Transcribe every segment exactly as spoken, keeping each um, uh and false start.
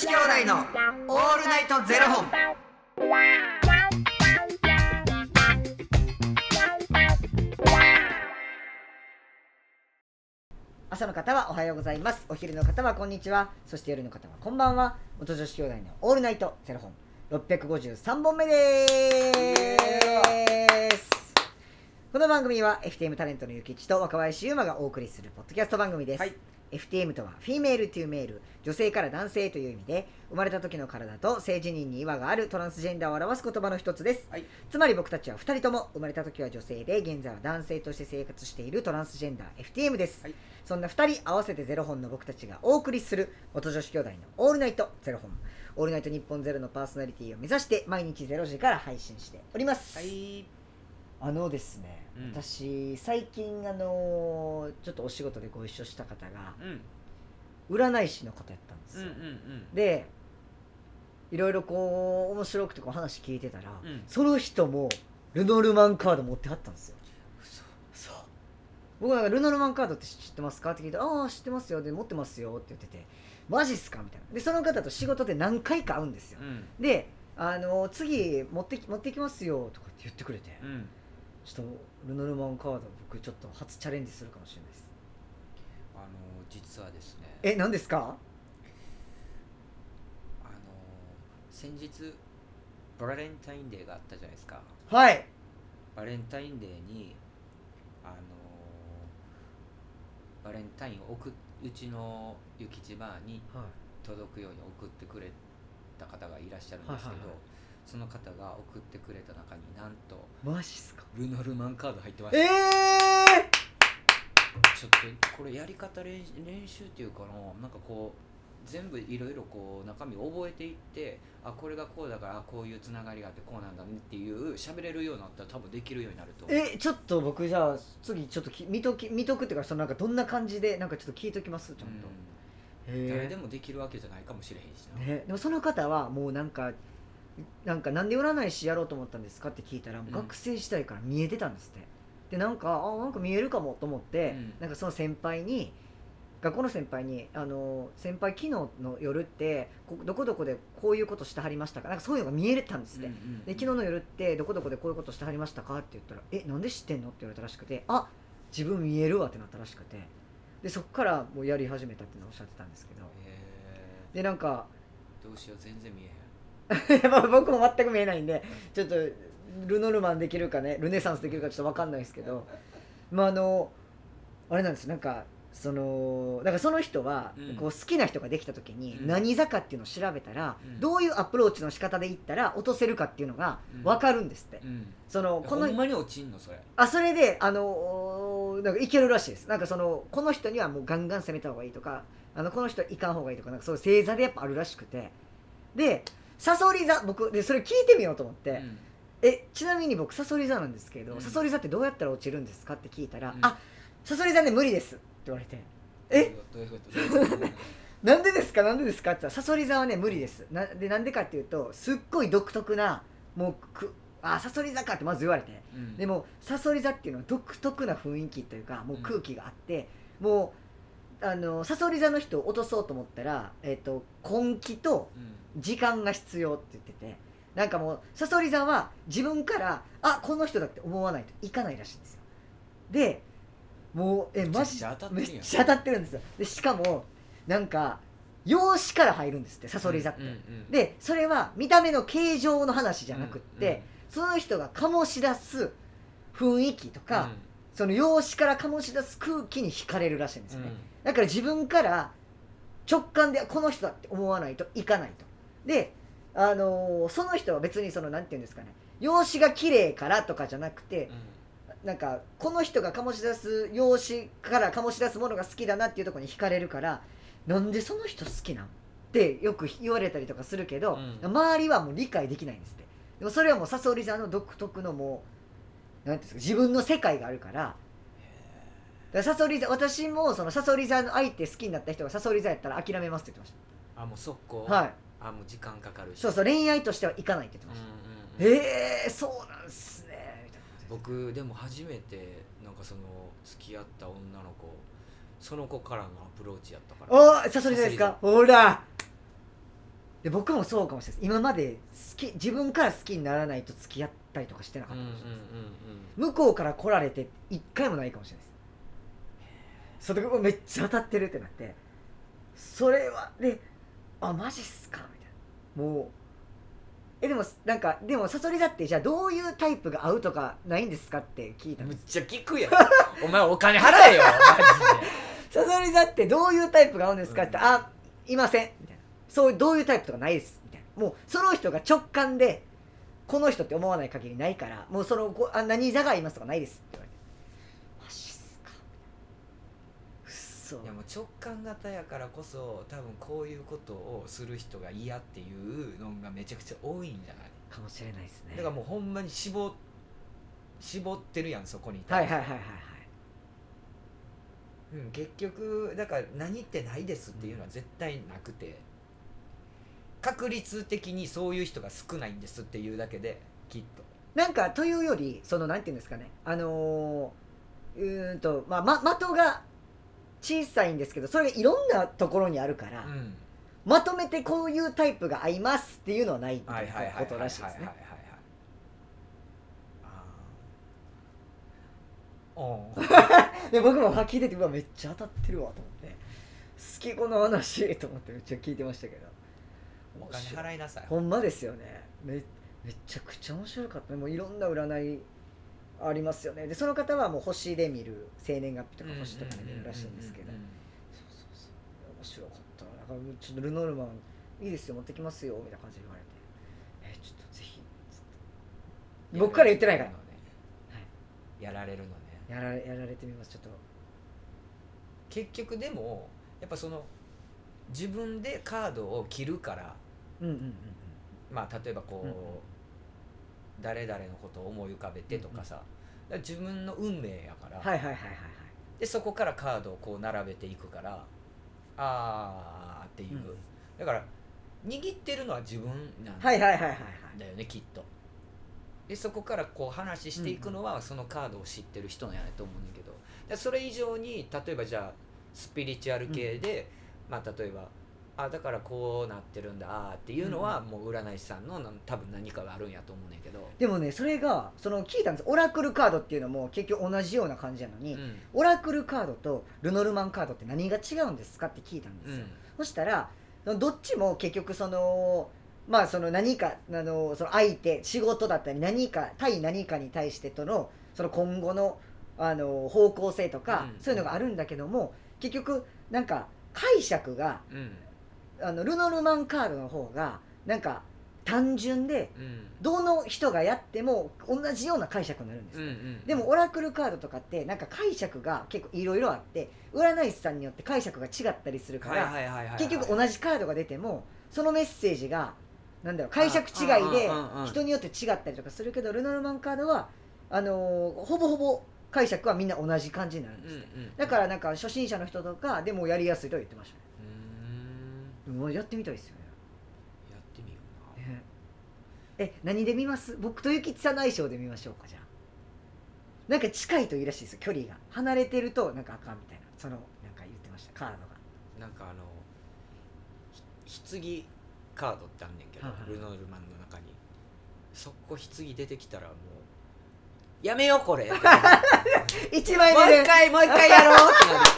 子兄弟のオールナイトゼロ本。朝の方はおはようございます。お昼の方はこんにちは。そして夜の方はこんばんは。元女子兄弟のオールナイトゼロ本ろっぴゃくごじゅうさんぼんめです。この番組は エフティーエム タレントのゆきちと若林優馬がお送りするポッドキャスト番組です、はい、エフティーエム とはフィメールトゥーメール、女性から男性という意味で、生まれた時の体と性自認に違和があるトランスジェンダーを表す言葉の一つです、はい、つまり僕たちはふたりとも生まれた時は女性で現在は男性として生活しているトランスジェンダー エフティーエム です、はい、そんなふたり合わせてゼロ本の僕たちがお送りする元女子兄弟のオールナイトゼロ本、オールナイト日本ゼロのパーソナリティを目指して毎日ゼロじから配信しております、はい、あのですね、うん、私最近あのちょっとお仕事でご一緒した方が、うん、占い師の方やったんですよ、うんうんうん、でいろいろこう面白くてこう話聞いてたら、うん、その人もルノルマンカード持ってはったんですよ。そう僕なんかルノルマンカードって知ってますかって聞いて、ああ知ってますよ、で持ってますよって言ってて、マジっすかみたいな。でその方と仕事で何回か会うんですよ、うん、であの次持ってき持ってきますよとかって言ってくれて、うん、ちょっとルノルマンカード僕ちょっと初チャレンジするかもしれないです。 あの実はですね、 え何ですか？ あの先日バレンタインデーがあったじゃないですか。 はい。 バレンタインデーにあのバレンタインを送っうちのゆきちばーに届くように送ってくれた方がいらっしゃるんですけど、はいはいはい、その方が送ってくれた中になんとマジっすか？ ルノルマンカード入ってました。 えー、 ちょっとこれやり方 練, 練習っていうかな、なんかこう全部いろいろこう中身を覚えていって、あこれがこうだから、こういうつながりがあってこうなんだねっていう喋れるようになったら多分できるようになると思う。 えちょっと僕じゃあ次ちょっとき見とき見とくっていうか、そのなんかどんな感じでなんかちょっと聞いときますちゃんと、 うん、誰でもできるわけじゃないかもしれへんしな、 ね、でもその方はもうなんかなんかなんで占い師やろうと思ったんですかって聞いたら、もう学生時代から見えてたんですって、でなんかあなんか見えるかもと思って、うん、なんかその先輩に学校の先輩にあの先輩昨日の夜ってどこどこでこういうことしてはりましたか、なんかそういうのが見えれたんですって、うんうんうん、で昨日の夜ってどこどこでこういうことしてはりましたかって言ったら、えなんで知ってんのって言われたらしくて、あ自分見えるわってなったらしくて、でそっからもうやり始めたってのをおっしゃってたんですけど、でなんかどうしよう全然見えへん僕も全く見えないんで、ちょっとルノルマンできるかね、ルネサンスできるかちょっと分かんないですけど、まああのあれなんですよ、なんかそのだからその人はこう好きな人ができた時に何座かっていうのを調べたら、うん、どういうアプローチの仕方でいったら落とせるかっていうのが分かるんですって、うんうん、そのこのほんまに落ちんのそれ？ あそれであのなんかいけるらしいです。なんかそのこの人にはもうガンガン攻めた方がいいとか、あのこの人いかん方がいいとか、なんかそういう星座でやっぱあるらしくて、でサソリ座僕でそれ聞いてみようと思って、うん、えちなみに僕サソリ座なんですけど、うん、サソリ座ってどうやったら落ちるんですかって聞いたら、うん、あサソリ座ね無理ですって言われて、えどういうことなんでですかなんでですかって言ったら、サソリ座はね無理です。なでなんでかっていうと、すっごい独特なもうくあサソリ座かってまず言われて、うん、でもサソリ座っていうのは独特な雰囲気というかもう空気があって、うん、もうあのサソリ座の人を落とそうと思ったら、えーと、根気と時間が必要って言ってて、なんかもうサソリ座は自分からあこの人だって思わないといかないらしいんですよ。でもうえマジめっちゃ当たってるんですよ。でしかもなんか容姿から入るんですってサソリ座って、うんうんうん、でそれは見た目の形状の話じゃなくって、うんうん、その人が醸し出す雰囲気とか、うん、その容姿から醸し出す空気に惹かれるらしいんですよね、うん、だから自分から直感でこの人だって思わないといかないと。であのー、その人は別にそのなんていうんですかね、容姿が綺麗からとかじゃなくて、うん、なんかこの人が醸し出す容姿から醸し出すものが好きだなっていうところに惹かれるから、なんでその人好きなんってよく言われたりとかするけど、うん、周りはもう理解できないんですって。でもそれはもうサソリ座の独特のもうなんていうんですか、自分の世界があるから、だからサソリ座、私もそのサソリ座の相手好きになった人がサソリ座やったら諦めますって言ってました。 あもう速攻、 はい、 あもう時間かかるし、 そうそう恋愛としてはいかないって言ってました、うんうんうん、えーそうなんすねみたいな。 僕でも初めてなんかその付き合った女の子、その子からのアプローチやったから。 おサソリ座ですか？ほらで僕もそうかもしれないです。今まで好き自分から好きにならないと付き合ったりとかしてなかったかもしれないです、うんうんうん、向こうから来られて一回もないかもしれないです。それがめっちゃ当たってるってなって、それはであマジっすかみたいな。もうえでもなんかでもサソリだってじゃあどういうタイプが合うとかないんですかって聞いたんむっです。 ちゃ聞くやんお前お金払えよサソリだってどういうタイプが合うんですかって、うん、あいませんみたいな、そういうどういうタイプとかないですみたいな、もうその人が直感でこの人って思わない限りないから、もうそのこあ何座がいますとかないですって言われて、マジっすかうっそ。 いやもう直感型やからこそ多分こういうことをする人が嫌っていうのがめちゃくちゃ多いんじゃないかもしれないですね。 だからもうほんまに絞絞ってるやんそこにはいはいはいはいはい、 うん、結局だから何ってないですっていうのは絶対なくて、確率的にそういう人が少ないんですっていうだけできっとなんかというよりそのなんていうんですかね、あのー、うーんとまあ、ま、的が小さいんですけどそれがいろんなところにあるから、うん、まとめてこういうタイプが合いますっていうのはないみたいなことらしいですね。で僕も聞いててうわめっちゃ当たってるわと思って、好きこの話と思ってめっちゃ聞いてましたけど、 お金払いなさい。 ほんまですよね。 め, めちゃくちゃ面白かった。もういろんな占いありますよね。でその方はもう星で見る生年月日とか星とかで見るらしいんですけど、そうそうそう面白かったな。だからちょっとルノルマンいいですよ持ってきますよみたいな感じで言われて、えちょっとぜひ僕から言ってないから、ね、 はい、やられるのね。 やられやられてみます。ちょっと結局でもやっぱその自分でカードを切るから、うんうんうんうん、まあ例えばこう、うんうん、誰々のことを思い浮かべてとかさ、うんうん、だから自分の運命やから、 はいはいはいはいはい、 でそこからカードをこう並べていくからあーっていう、うん、だから握ってるのは自分なんだよねきっと。でそこからこう話していくのはそのカードを知ってる人なんやと思うんだけど、でそれ以上に例えばじゃあスピリチュアル系で、うん、まあ例えばあだからこうなってるんだあっていうのはもう占い師さんの多分何かがあるんやと思うんだけど、 でもねそれがその聞いたんです。オラクルカードっていうのも結局同じような感じなのに、うん、オラクルカードとルノルマンカードって何が違うんですかって聞いたんですよ、うん、そしたらどっちも結局そのまあその何かあのその相手仕事だったり何か対何かに対してとのその今後のあの方向性とか、うん、そういうのがあるんだけども結局なんか解釈が、うん、あのルノルマンカードの方がなんか単純で、うん、どの人がやっても同じような解釈になるんです、うんうん、でもオラクルカードとかってなんか解釈が結構いろいろあって占い師さんによって解釈が違ったりするから結局同じカードが出てもそのメッセージがなんだろう解釈違いで人によって違ったりとかするけどルノルマンカードはあのー、ほぼほぼ解釈はみんな同じ感じになるんですね、うんうんうん、だからなんか初心者の人とかでもやりやすいとは言ってましたね。うーんもうやってみたいですよね。 やってみような、ね、 え何で見ます？僕とゆきちさんの相性で見ましょうか。じゃあなんか近いといいらしいですよ。距離が離れてるとなんかあかんみたいなそのなんか言ってましたカードが。 なんかあのひ棺カードってあんねんけど、はあはあ、ルノルマンの中にそこ棺出てきたらもうやめようこれ一枚目でもう一回もう一回やろうってなる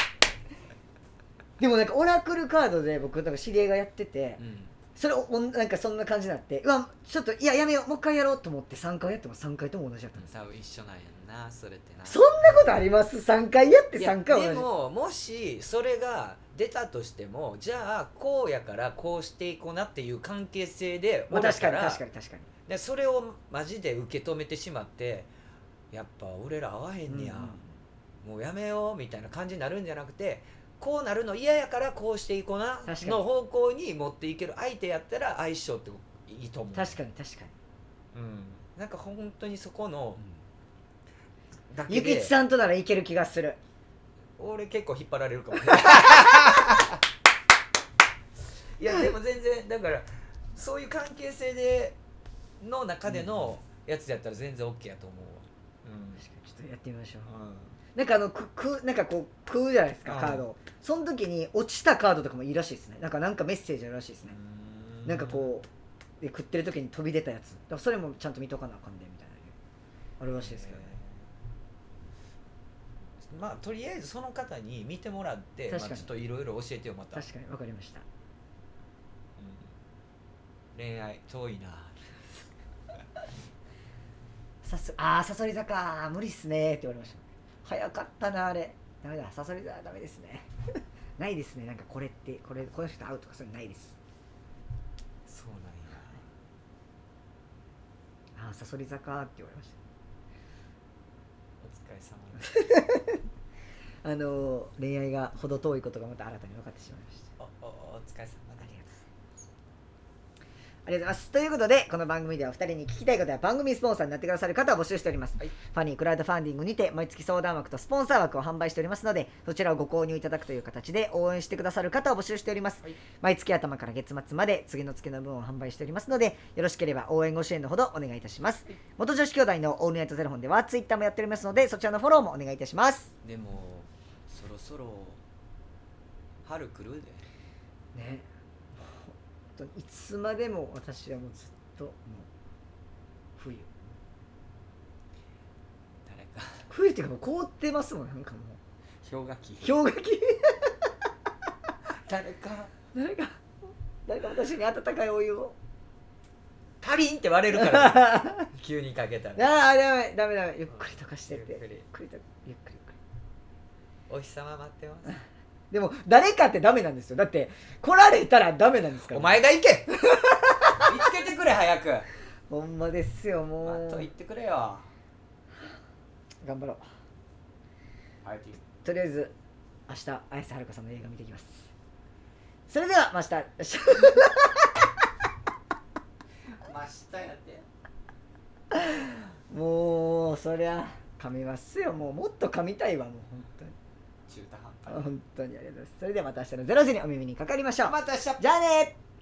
でもなんかオラクルカードで僕なんか知り合いがやってて、うん、それをなんかそんな感じになってうわちょっといややめようもう一回やろうと思ってさんかいやってもさんかいとも同じだったんです。 多分一緒なんやんなそれってな。 そんなことあります？さんかいやってさんかい同じ。 でももしそれが出たとしてもじゃあこうやからこうしていこうなっていう関係性でおるから、まあ、確かに確かに確かにでそれをマジで受け止めてしまってやっぱ俺ら合わへんねや、うん、もうやめようみたいな感じになるんじゃなくてこうなるの嫌やからこうしていこうなの方向に持っていける相手やったら相性っていいと思う。 確かに確かに、 うん、なんか本当にそこの、 うん、だけでゆきちさんとならいける気がする。 俺結構引っ張られるかもねいやでも全然だからそういう関係性での中でのやつやったら全然 OK やと思うわ、 うん、確かにちょっとやってみましょう、うん、なんかあのくくなんかこう食うじゃないですかカード、その時に落ちたカードとかもいいらしいですね。なんかなんかメッセージあるらしいですね。 なんかこうで食ってる時に飛び出たやつだからそれもちゃんと見とかなあかんでみたいなあるらしいですけどね、 えーまあとりあえずその方に見てもらって、まあ、ちょっといろいろ教えてよまた。 確かに分かりました、 うん、恋愛遠いなさすあーサソリ座か無理っすねって言われました早かったなあれダメだサソリ座はダメですねないですねなんかこれってこれこの人と会うとかそういうのないです。 そうなんや。 あーサソリ座かって言われましお疲れ様です。 たあのー恋愛が程遠いことがまた新たに分かってしまいました。 おおお疲れ様です。 ありがとうございます。ということで、この番組ではふたりに聞きたいことや番組スポンサーになってくださる方を募集しております。はい、ファニークラウドファンディングにて毎月相談枠とスポンサー枠を販売しておりますので、そちらをご購入いただくという形で応援してくださる方を募集しております。はい、毎月頭から月末まで次の月の分を販売しておりますので、よろしければ応援ご支援のほどお願いいたします。はい、元女子兄弟のオールナイトゼロ本ではツイッターもやっておりますので、そちらのフォローもお願いいたします。 でもそろそろ春来るでね、いつまでも私はもうずっともう冬誰か冬っていうかもう凍ってますもんなんかもう氷河期氷河期誰か誰か誰か私に温かいお湯をパリンって割れるから急にかけたらああダメダメダメゆっくりとかしてって、 ゆっくりゆっくりとゆっくりゆっくりお日様待ってますでも誰かってダメなんですよだって来られたらダメなんですから、 お前が行け見つけてくれ早くほんまですよもうあと言ってくれよ頑張ろうはいとりあえず明日綾瀬はるかさんの映画見てきます。それではまた明日真下やってもうそりゃ噛みますよもうもっと噛みたいわもう本当に中途半端本当にありがとうございます。それではまた明日のゼロ時にお耳にかかりましょう。 また明日じゃあね。